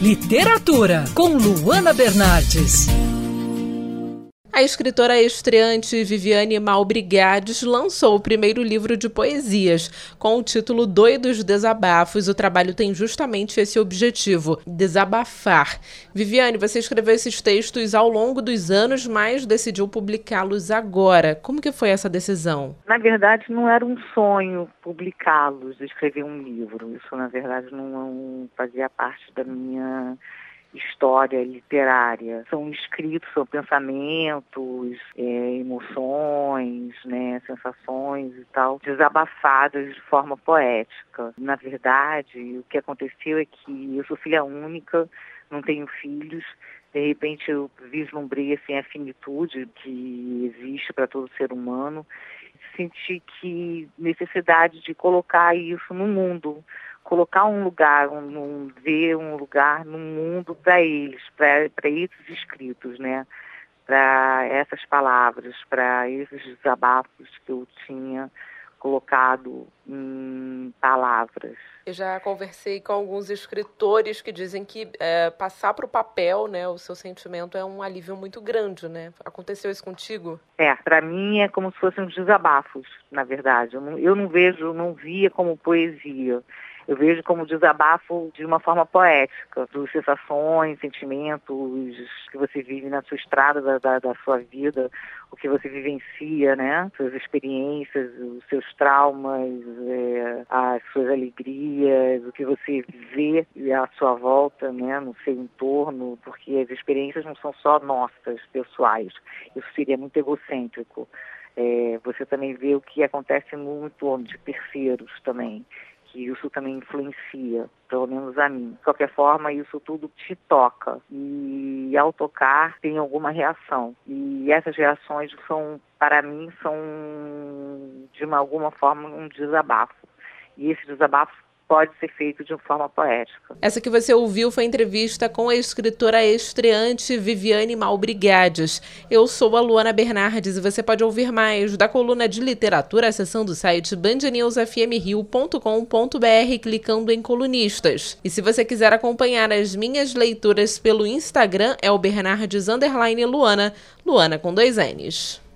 Literatura, com Luana Bernardes. A escritora estreante Viviane Malbrigades lançou o primeiro livro de poesias. Com o título Doidos Desabafos, o trabalho tem justamente esse objetivo, desabafar. Viviane, você escreveu esses textos ao longo dos anos, mas decidiu publicá-los agora. Como que foi essa decisão? Na verdade, não era um sonho publicá-los, escrever um livro. Isso, na verdade, não fazia parte da minha história literária. São escritos, são pensamentos, emoções, sensações e tal, desabafadas de forma poética. Na verdade, o que aconteceu é que eu sou filha única, não tenho filhos. De repente eu vislumbrei assim, a finitude que existe para todo ser humano. Senti que necessidade de colocar isso no mundo, colocar um lugar, ver um lugar no mundo para eles, para esses escritos, para essas palavras, para esses desabafos que eu tinha colocado em palavras. Eu já conversei com alguns escritores que dizem que passar para o papel, o seu sentimento é um alívio muito grande, Aconteceu isso contigo? Para mim é como se fossem os desabafos, na verdade. Eu não via como poesia. Eu vejo como desabafo de uma forma poética, das sensações, sentimentos que você vive na sua estrada da sua vida, o que você vivencia, suas experiências, os seus traumas, as suas alegrias, o que você vê à sua volta, no seu entorno, porque as experiências não são só nossas, pessoais. Isso seria muito egocêntrico. Você também vê o que acontece no entorno de terceiros também, que isso também influencia, pelo menos a mim. De qualquer forma, isso tudo te toca. E ao tocar, tem alguma reação. E essas reações para mim, são de alguma forma um desabafo. E esse desabafo pode ser feito de uma forma poética. Essa que você ouviu foi a entrevista com a escritora estreante Viviane Malbrigades. Eu sou a Luana Bernardes e você pode ouvir mais da coluna de literatura acessando o site bandnewsfmrio.com.br clicando em colunistas. E se você quiser acompanhar as minhas leituras pelo Instagram, é o Bernardes_Luana, Luana com 2 N's.